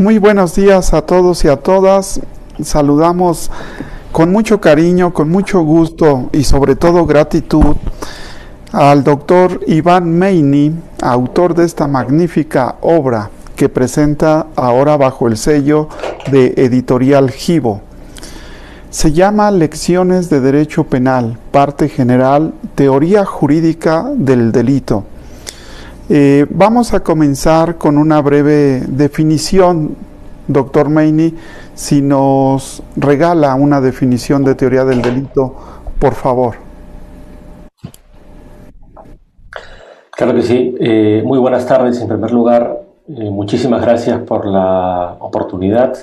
Muy buenos días a todos y a todas. Saludamos con mucho cariño, con mucho gusto y sobre todo gratitud al doctor Iván Meini, autor de esta magnífica obra que presenta ahora bajo el sello de Editorial Gibo. Se llama Lecciones de Derecho Penal, parte general, teoría jurídica del delito. Vamos a comenzar con una breve definición, doctor Meini, si nos regala una definición de teoría del delito, por favor. Claro que sí. Muy buenas tardes. En primer lugar, muchísimas gracias por la oportunidad.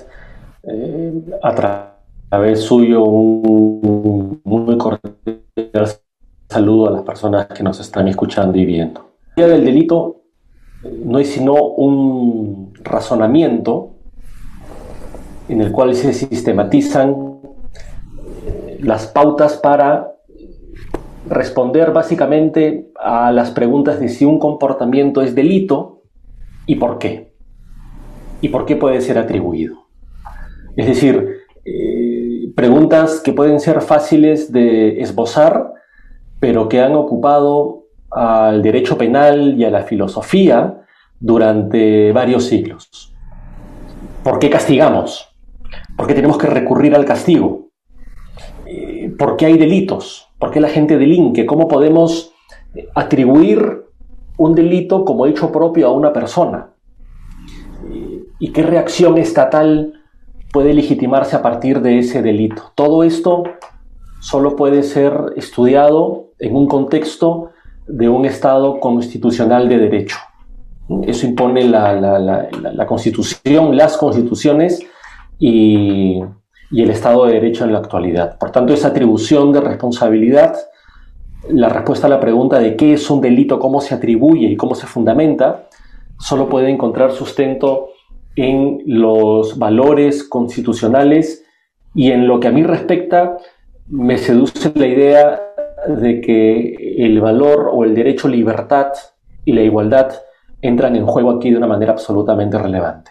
A través suyo, un muy cordial saludo a las personas que nos están escuchando y viendo. La teoría del delito no es sino un razonamiento en el cual se sistematizan las pautas para responder básicamente a las preguntas de si un comportamiento es delito y por qué puede ser atribuido. Es decir, preguntas que pueden ser fáciles de esbozar, pero que han ocupado al derecho penal y a la filosofía durante varios siglos. ¿Por qué castigamos? ¿Por qué tenemos que recurrir al castigo? ¿Por qué hay delitos? ¿Por qué la gente delinque? ¿Cómo podemos atribuir un delito como hecho propio a una persona? ¿Y qué reacción estatal puede legitimarse a partir de ese delito? Todo esto solo puede ser estudiado en un contexto de un Estado constitucional de derecho. Eso impone la Constitución, las constituciones y el Estado de Derecho en la actualidad. Por tanto, esa atribución de responsabilidad, la respuesta a la pregunta de qué es un delito, cómo se atribuye y cómo se fundamenta, solo puede encontrar sustento en los valores constitucionales y en lo que a mí respecta, me seduce la idea de que el valor o el derecho a libertad y la igualdad entran en juego aquí de una manera absolutamente relevante.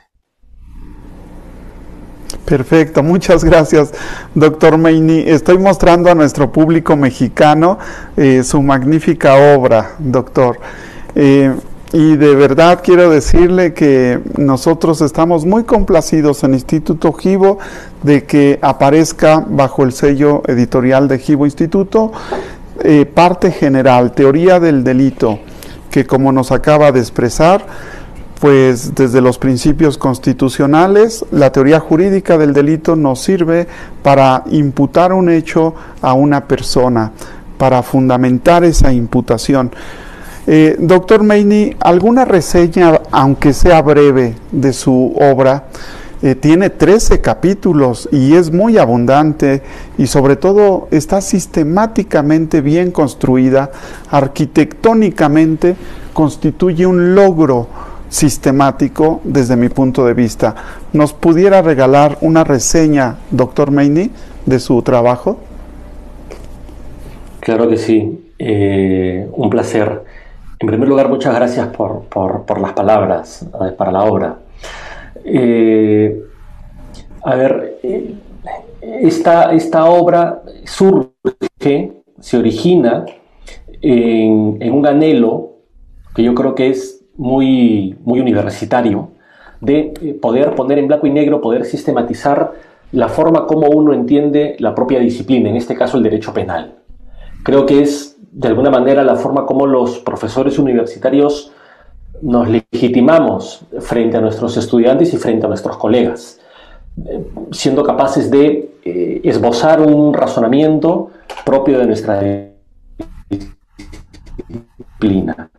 Perfecto, muchas gracias, doctor Meini. Estoy mostrando a nuestro público mexicano su magnífica obra, doctor. Y de verdad quiero decirle que nosotros estamos muy complacidos en Instituto Gibo de que aparezca bajo el sello editorial de Gibo Instituto parte general, teoría del delito, que como nos acaba de expresar, pues desde los principios constitucionales, la teoría jurídica del delito nos sirve para imputar un hecho a una persona, para fundamentar esa imputación. Doctor Meini, ¿alguna reseña, aunque sea breve, de su obra? Tiene 13 capítulos y es muy abundante y sobre todo está sistemáticamente bien construida, arquitectónicamente constituye un logro sistemático desde mi punto de vista. ¿Nos pudiera regalar una reseña, doctor Meini, de su trabajo? Claro que sí, un placer. En primer lugar, muchas gracias por las palabras para la obra. Esta obra se origina en un anhelo que yo creo que es muy universitario, de poder poner en blanco y negro, poder sistematizar la forma como uno entiende la propia disciplina, en este caso el derecho penal. Creo que es, de alguna manera, la forma como los profesores universitarios nos legitimamos frente a nuestros estudiantes y frente a nuestros colegas, siendo capaces de esbozar un razonamiento propio de nuestra disciplina.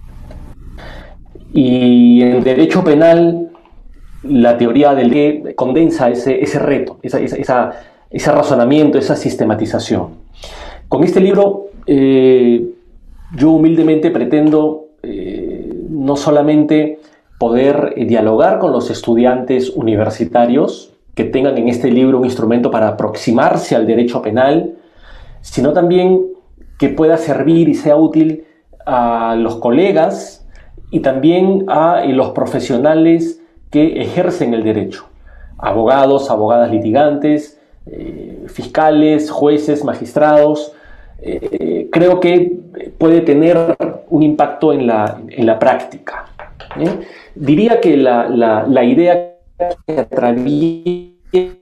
Y en el derecho penal, la teoría del que condensa ese reto, ese razonamiento, esa sistematización. Con este libro, yo humildemente pretendo no solamente poder dialogar con los estudiantes universitarios que tengan en este libro un instrumento para aproximarse al derecho penal, sino también que pueda servir y sea útil a los colegas y también a los profesionales que ejercen el derecho: abogados, abogadas litigantes, fiscales, jueces, magistrados. Creo que puede tener un impacto en la práctica. Diría que la idea que atraviesa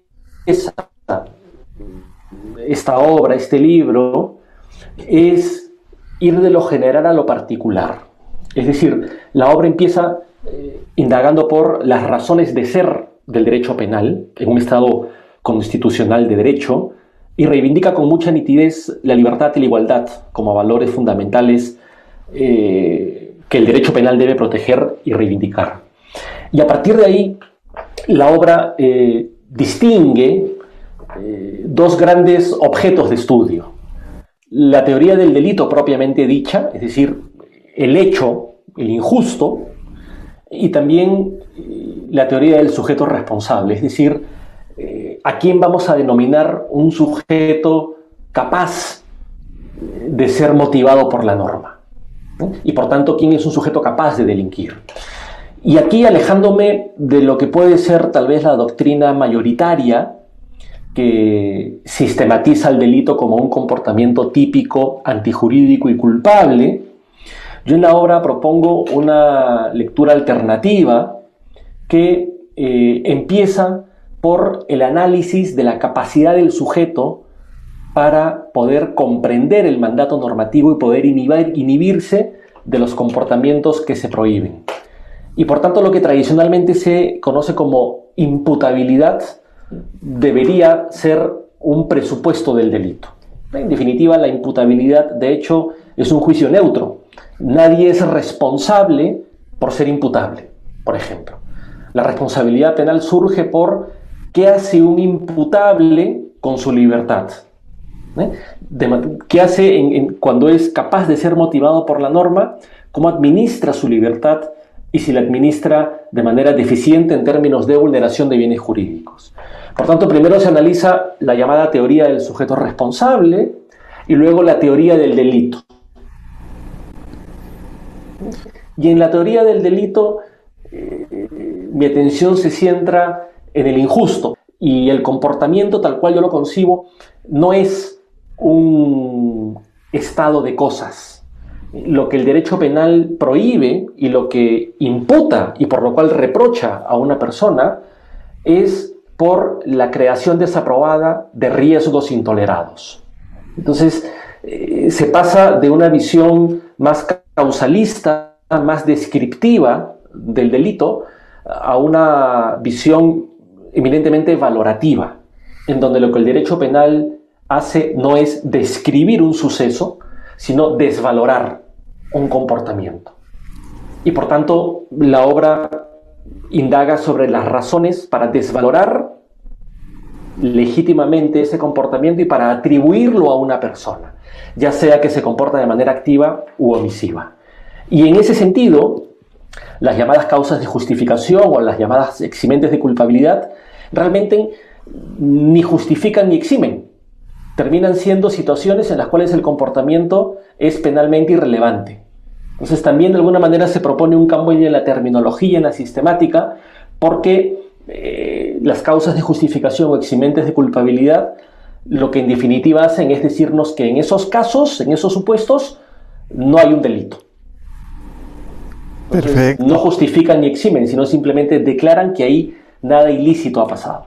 esta obra, este libro, es ir de lo general a lo particular. Es decir, la obra empieza indagando por las razones de ser del derecho penal en un Estado constitucional de derecho, y reivindica con mucha nitidez la libertad y la igualdad como valores fundamentales que el derecho penal debe proteger y reivindicar. Y a partir de ahí, la obra distingue dos grandes objetos de estudio: la teoría del delito propiamente dicha, es decir, el hecho, el injusto, y también la teoría del sujeto responsable, es decir, a quién vamos a denominar un sujeto capaz de ser motivado por la norma, ¿no? Y por tanto, quién es un sujeto capaz de delinquir. Y aquí, alejándome de lo que puede ser tal vez la doctrina mayoritaria, que sistematiza el delito como un comportamiento típico, antijurídico y culpable, yo en la obra propongo una lectura alternativa que empieza por el análisis de la capacidad del sujeto para poder comprender el mandato normativo y poder inhibirse de los comportamientos que se prohíben. Y por tanto, lo que tradicionalmente se conoce como imputabilidad debería ser un presupuesto del delito. En definitiva, la imputabilidad, de hecho, es un juicio neutro. Nadie es responsable por ser imputable, por ejemplo. La responsabilidad penal surge por qué hace un imputable con su libertad. ¿Qué hace cuando es capaz de ser motivado por la norma? ¿Cómo administra su libertad? Y si la administra de manera deficiente en términos de vulneración de bienes jurídicos. Por tanto, primero se analiza la llamada teoría del sujeto responsable y luego la teoría del delito. Y en la teoría del delito, mi atención se centra en el injusto, y el comportamiento, tal cual yo lo concibo, no es un estado de cosas. Lo que el derecho penal prohíbe y lo que imputa y por lo cual reprocha a una persona es por la creación desaprobada de riesgos intolerados. Entonces, se pasa de una visión más causalista, más descriptiva del delito, a una visión eminentemente valorativa, en donde lo que el derecho penal hace no es describir un suceso, sino desvalorar un comportamiento. Y por tanto, la obra indaga sobre las razones para desvalorar legítimamente ese comportamiento y para atribuirlo a una persona, ya sea que se comporta de manera activa u omisiva. Y en ese sentido, las llamadas causas de justificación o las llamadas eximentes de culpabilidad realmente ni justifican ni eximen. Terminan siendo situaciones en las cuales el comportamiento es penalmente irrelevante. Entonces también de alguna manera se propone un cambio en la terminología, en la sistemática, porque las causas de justificación o eximentes de culpabilidad lo que en definitiva hacen es decirnos que en esos casos, en esos supuestos, no hay un delito. Entonces, perfecto. No justifican ni eximen, sino simplemente declaran que ahí nada ilícito ha pasado.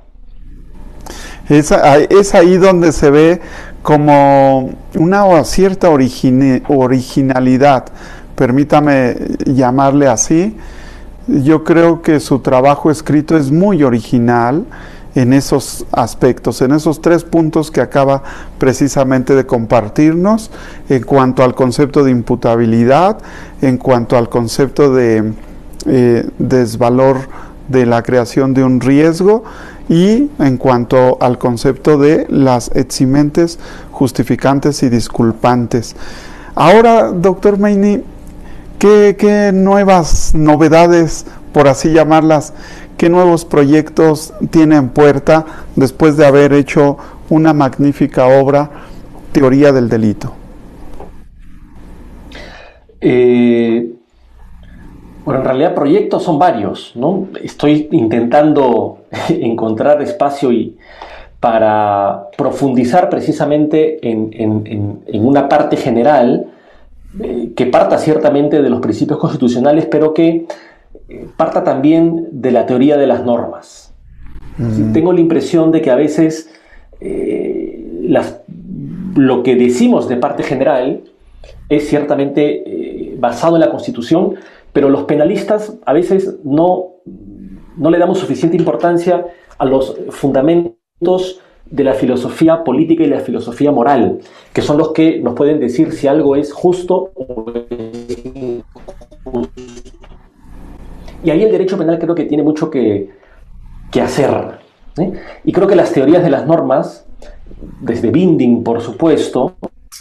Es ahí donde se ve como una cierta originalidad, permítame llamarle así. Yo creo que su trabajo escrito es muy original en esos aspectos, en esos 3 puntos que acaba precisamente de compartirnos, en cuanto al concepto de imputabilidad, en cuanto al concepto de desvalor de la creación de un riesgo, y en cuanto al concepto de las eximentes, justificantes y disculpantes. Ahora, doctor Meini, ¿qué nuevas novedades, por así llamarlas, qué nuevos proyectos tiene en puerta después de haber hecho una magnífica obra, Teoría del Delito? Bueno, en realidad proyectos son varios, ¿no? Estoy intentando encontrar espacio para profundizar precisamente en una parte general que parta ciertamente de los principios constitucionales, pero que parta también de la teoría de las normas. Tengo la impresión de que a veces lo que decimos de parte general es ciertamente basado en la Constitución, pero los penalistas a veces no le damos suficiente importancia a los fundamentos de la filosofía política y la filosofía moral, que son los que nos pueden decir si algo es justo o es injusto. Y ahí el derecho penal creo que tiene mucho que hacer, ¿sí? Y creo que las teorías de las normas, desde Binding, por supuesto,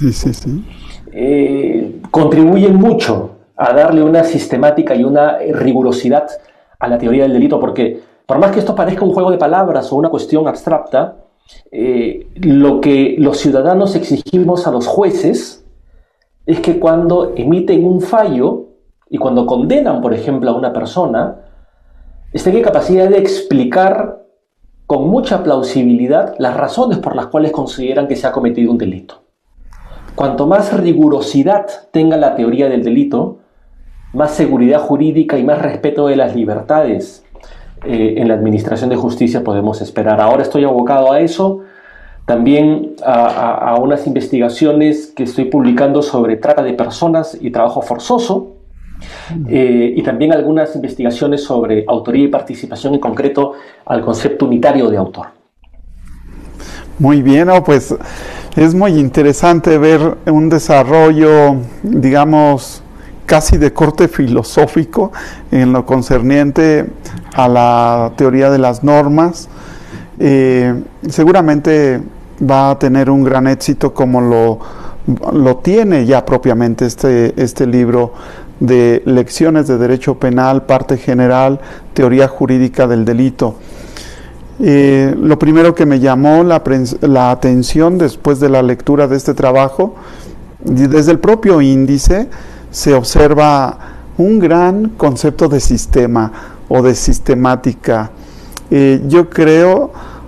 contribuyen mucho a darle una sistemática y una rigurosidad a la teoría del delito, porque por más que esto parezca un juego de palabras o una cuestión abstracta, lo que los ciudadanos exigimos a los jueces es que cuando emiten un fallo y cuando condenan, por ejemplo, a una persona, estén en capacidad de explicar con mucha plausibilidad las razones por las cuales consideran que se ha cometido un delito. Cuanto más rigurosidad tenga la teoría del delito, más seguridad jurídica y más respeto de las libertades en la administración de justicia podemos esperar. Ahora estoy abocado a eso, también a unas investigaciones que estoy publicando sobre trata de personas y trabajo forzoso, y también algunas investigaciones sobre autoría y participación, en concreto al concepto unitario de autor. Muy bien, pues es muy interesante ver un desarrollo, digamos, casi de corte filosófico en lo concerniente a la teoría de las normas. Seguramente va a tener un gran éxito como lo tiene ya propiamente este libro de Lecciones de Derecho Penal, parte general, teoría jurídica del delito. Lo primero que me llamó la atención después de la lectura de este trabajo, desde el propio índice, se observa un gran concepto de sistema o de sistemática. Yo creo,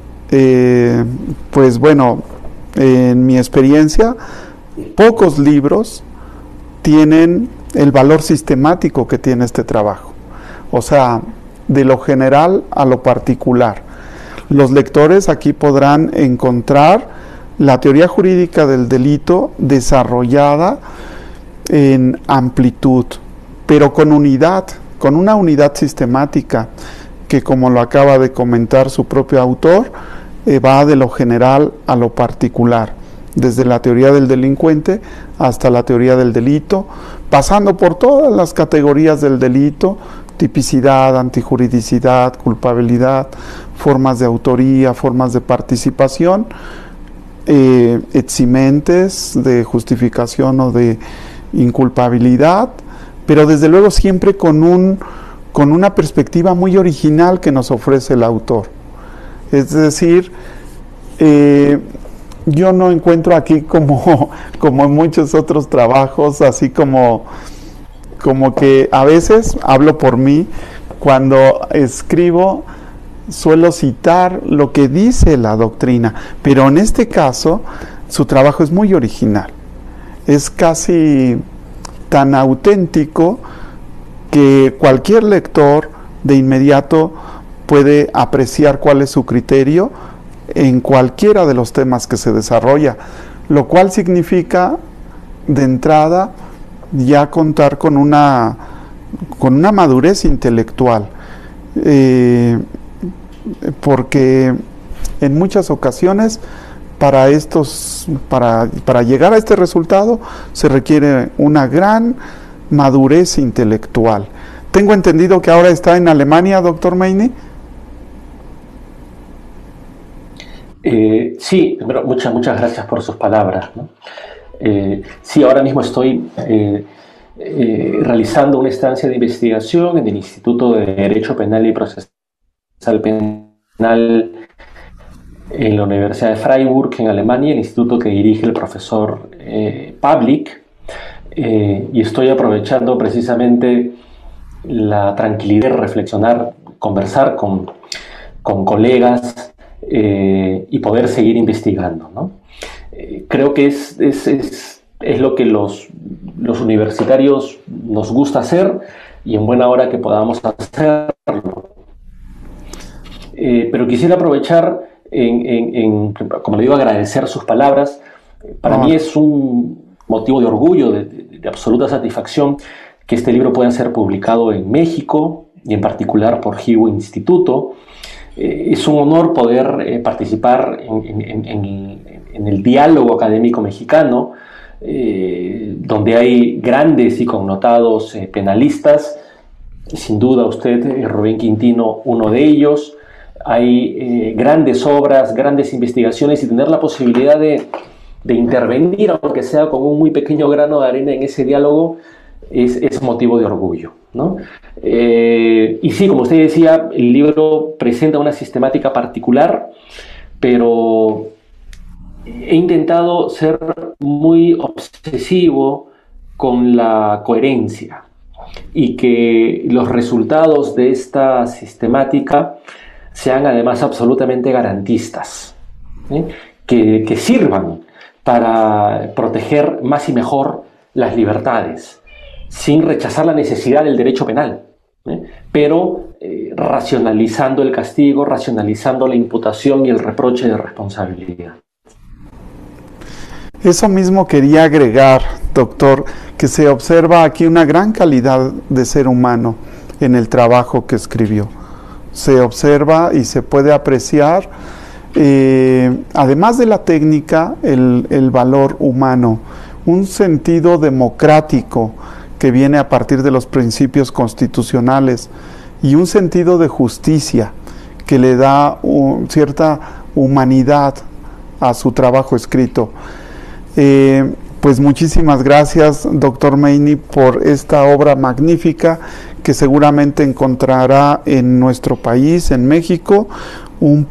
pues bueno, en mi experiencia, pocos libros tienen el valor sistemático que tiene este trabajo. O sea, de lo general a lo particular. Los lectores aquí podrán encontrar la teoría jurídica del delito desarrollada en amplitud, pero con unidad, con una unidad sistemática que, como lo acaba de comentar su propio autor, va de lo general a lo particular, desde la teoría del delincuente hasta la teoría del delito, pasando por todas las categorías del delito: tipicidad, antijuridicidad, culpabilidad, formas de autoría, formas de participación, eximentes de justificación o de inculpabilidad, pero desde luego siempre con una perspectiva muy original que nos ofrece el autor. Es decir, yo no encuentro aquí como en muchos otros trabajos, así como que a veces, hablo por mí, cuando escribo suelo citar lo que dice la doctrina, pero en este caso su trabajo es muy original, es casi tan auténtico que cualquier lector de inmediato puede apreciar cuál es su criterio en cualquiera de los temas que se desarrolla, lo cual significa de entrada ya contar con una madurez intelectual, porque en muchas ocasiones para llegar a este resultado se requiere una gran madurez intelectual. Tengo entendido que ahora está en Alemania, doctor Meini. Sí, primero, muchas gracias por sus palabras, ¿no? Sí, ahora mismo estoy realizando una estancia de investigación en el Instituto de Derecho Penal y Procesal Penal en la Universidad de Freiburg, en Alemania, el instituto que dirige el profesor Pavlik, y estoy aprovechando precisamente la tranquilidad de reflexionar, conversar con colegas y poder seguir investigando, ¿no? Creo que es lo que los universitarios nos gusta hacer y en buena hora que podamos hacerlo. Pero quisiera aprovechar como le digo, agradecer sus palabras. Para mí es un motivo de orgullo, de absoluta satisfacción que este libro pueda ser publicado en México y en particular por Jivo Instituto. Es un honor poder participar en el diálogo académico mexicano, donde hay grandes y connotados penalistas. Sin duda usted, Rubén Quintino, uno de ellos. Hay grandes obras, grandes investigaciones, y tener la posibilidad de intervenir, aunque sea con un muy pequeño grano de arena en ese diálogo, es motivo de orgullo, ¿no? Y sí, como usted decía, el libro presenta una sistemática particular, pero he intentado ser muy obsesivo con la coherencia y que los resultados de esta sistemática sean además absolutamente garantistas, que sirvan para proteger más y mejor las libertades, sin rechazar la necesidad del derecho penal, pero racionalizando el castigo, racionalizando la imputación y el reproche de responsabilidad. Eso mismo quería agregar, doctor, que se observa aquí una gran calidad de ser humano en el trabajo que escribió. Se observa y se puede apreciar, además de la técnica, el valor humano, un sentido democrático que viene a partir de los principios constitucionales y un sentido de justicia que le da cierta humanidad a su trabajo escrito. Pues muchísimas gracias, doctor Meini, por esta obra magnífica que seguramente encontrará en nuestro país, en México, el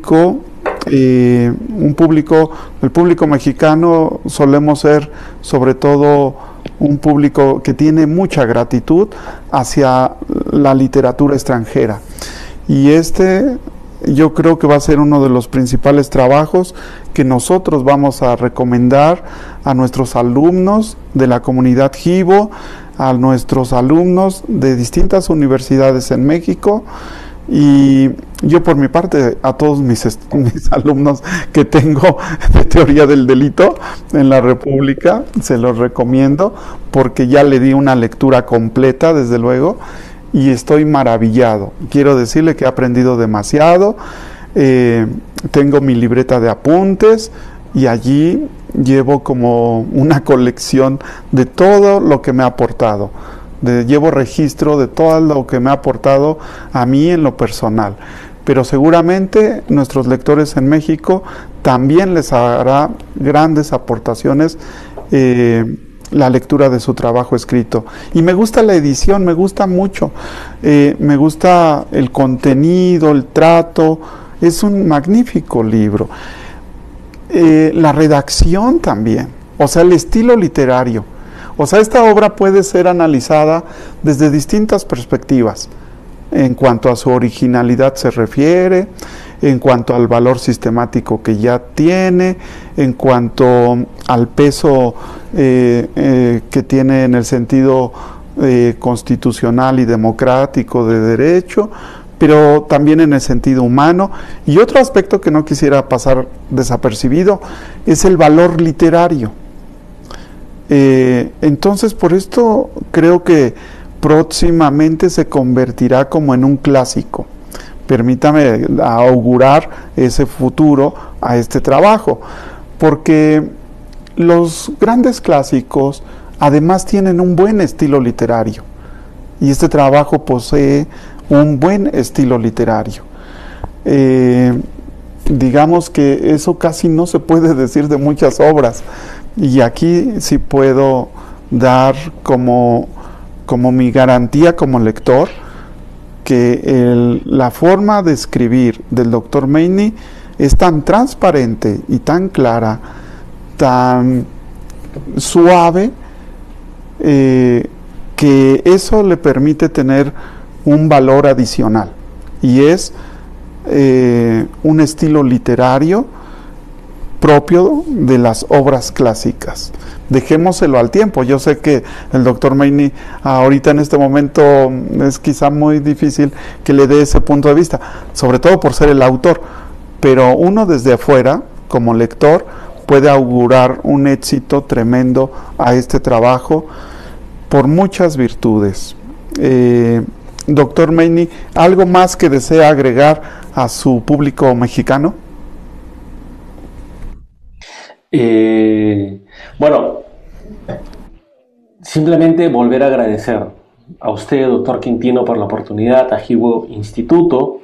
público mexicano yo ser sobre todo un público que tiene mucha gratitud hacia la literatura extranjera. Y yo creo que va a ser uno de los principales trabajos que nosotros vamos a recomendar a nuestros alumnos de la comunidad Jivo, a nuestros alumnos de distintas universidades en México, y yo por mi parte a todos mis alumnos que tengo de teoría del delito en la República, se los recomiendo porque ya le di una lectura completa, desde luego, y estoy maravillado. Quiero decirle que he aprendido demasiado. Tengo mi libreta de apuntes y allí llevo como una colección de todo lo que me ha aportado. Llevo registro de todo lo que me ha aportado a mí en lo personal. Pero seguramente nuestros lectores en México también les hará grandes aportaciones la lectura de su trabajo escrito. Y me gusta la edición, me gusta mucho. Me gusta el contenido, el trato. Es un magnífico libro. La redacción también, o sea, el estilo literario. O sea, esta obra puede ser analizada desde distintas perspectivas, en cuanto a su originalidad se refiere, en cuanto al valor sistemático que ya tiene, en cuanto al peso que tiene en el sentido constitucional y democrático de derecho, pero también en el sentido humano. Y otro aspecto que no quisiera pasar desapercibido es el valor literario. Entonces, por esto creo que próximamente se convertirá como en un clásico. Permítame augurar ese futuro a este trabajo, porque los grandes clásicos además tienen un buen estilo literario, y este trabajo posee un buen estilo literario. Digamos que eso casi no se puede decir de muchas obras, y aquí sí puedo dar como mi garantía como lector que la forma de escribir del doctor Meini es tan transparente y tan clara, tan suave, que eso le permite tener un valor adicional, y es un estilo literario propio de las obras clásicas. Dejémoselo al tiempo. Yo sé que el doctor Meini ahorita en este momento es quizá muy difícil que le dé ese punto de vista, sobre todo por ser el autor, pero uno desde afuera, como lector, puede augurar un éxito tremendo a este trabajo por muchas virtudes. Doctor Meini, ¿algo más que desea agregar a su público mexicano? Bueno, simplemente volver a agradecer a usted, doctor Quintino, por la oportunidad, a Jibo Instituto.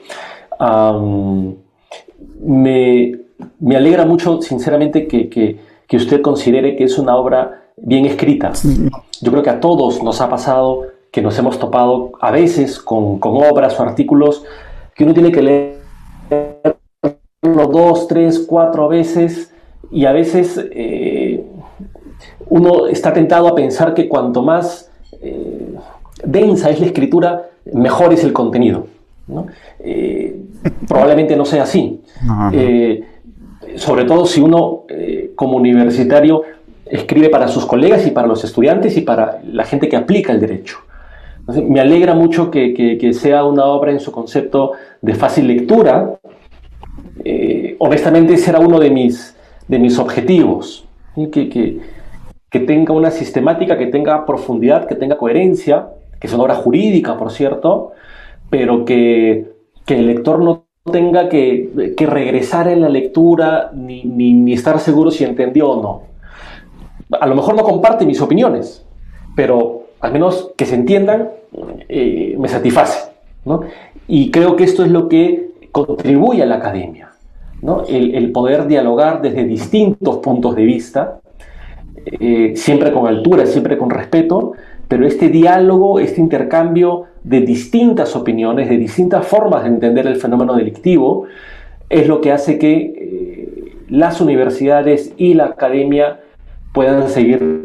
Me alegra mucho, sinceramente, que usted considere que es una obra bien escrita. Yo creo que a todos nos ha pasado que nos hemos topado a veces con obras o artículos que uno tiene que leerlo 2, 3, 4 veces, y a veces uno está tentado a pensar que cuanto más densa es la escritura, mejor es el contenido, ¿no? Probablemente no sea así. Sobre todo si uno, como universitario, escribe para sus colegas y para los estudiantes y para la gente que aplica el derecho. Entonces, me alegra mucho que sea una obra en su concepto de fácil lectura. Honestamente, ese era uno de mis objetivos, ¿sí? Que tenga una sistemática, que tenga profundidad, que tenga coherencia, que es una obra jurídica, por cierto, pero que el lector no tenga que regresar en la lectura ni estar seguro si entendió o no. A lo mejor no comparte mis opiniones, pero al menos que se entiendan me satisface, ¿no? Y creo que esto es lo que contribuye a la academia, ¿no? El poder dialogar desde distintos puntos de vista, siempre con altura, siempre con respeto, pero este diálogo, este intercambio de distintas opiniones, de distintas formas de entender el fenómeno delictivo, es lo que hace que las universidades y la academia puedan seguir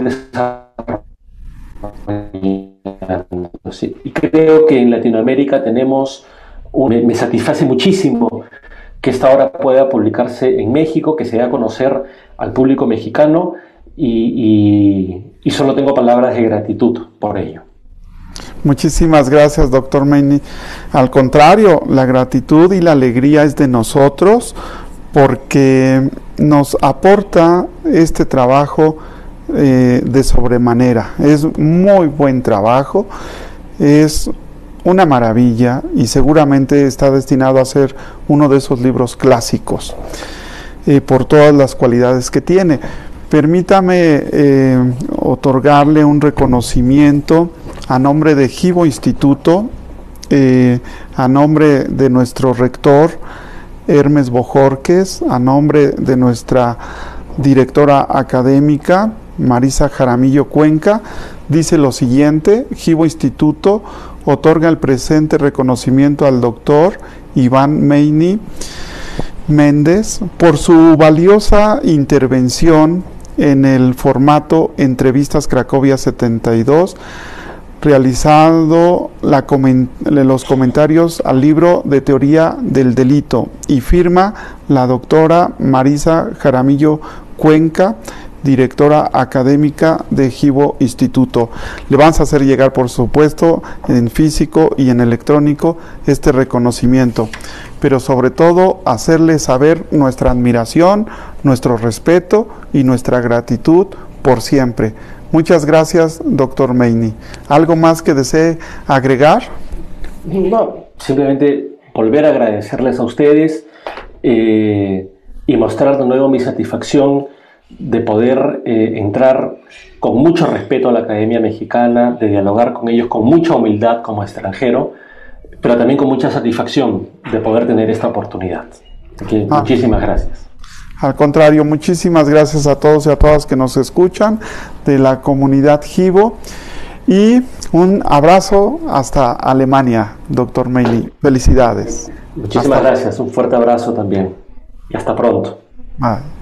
desarrollándose. Y creo que en Latinoamérica tenemos, me satisface muchísimo que esta obra pueda publicarse en México, que se dé a conocer al público mexicano, y solo tengo palabras de gratitud por ello. Muchísimas gracias, doctor Meini. Al contrario, la gratitud y la alegría es de nosotros, porque nos aporta este trabajo de sobremanera. Es muy buen trabajo, es una maravilla y seguramente está destinado a ser uno de esos libros clásicos por todas las cualidades que tiene. Permítame otorgarle un reconocimiento a nombre de Jibo Instituto, a nombre de nuestro rector Hermes Bojorquez, a nombre de nuestra directora académica Marisa Jaramillo Cuenca. Dice lo siguiente: Jibo Instituto otorga el presente reconocimiento al doctor Iván Meini Méndez por su valiosa intervención en el formato Entrevistas Cracovia 72, realizando los comentarios al libro de Teoría del Delito, y firma la doctora Marisa Jaramillo Cuenca, directora académica de Jibo Instituto. Le vamos a hacer llegar, por supuesto, en físico y en electrónico este reconocimiento, pero sobre todo hacerle saber nuestra admiración, nuestro respeto y nuestra gratitud por siempre. Muchas gracias, doctor Meini. ¿Algo más que desee agregar? No, simplemente volver a agradecerles a ustedes y mostrar de nuevo mi satisfacción de poder entrar con mucho respeto a la Academia Mexicana, de dialogar con ellos con mucha humildad como extranjero, pero también con mucha satisfacción de poder tener esta oportunidad. Así que muchísimas gracias. Al contrario, muchísimas gracias a todos y a todas que nos escuchan de la comunidad Jibo, y un abrazo hasta Alemania, doctor Meini. Felicidades. Muchísimas gracias, un fuerte abrazo también y hasta pronto. Bye.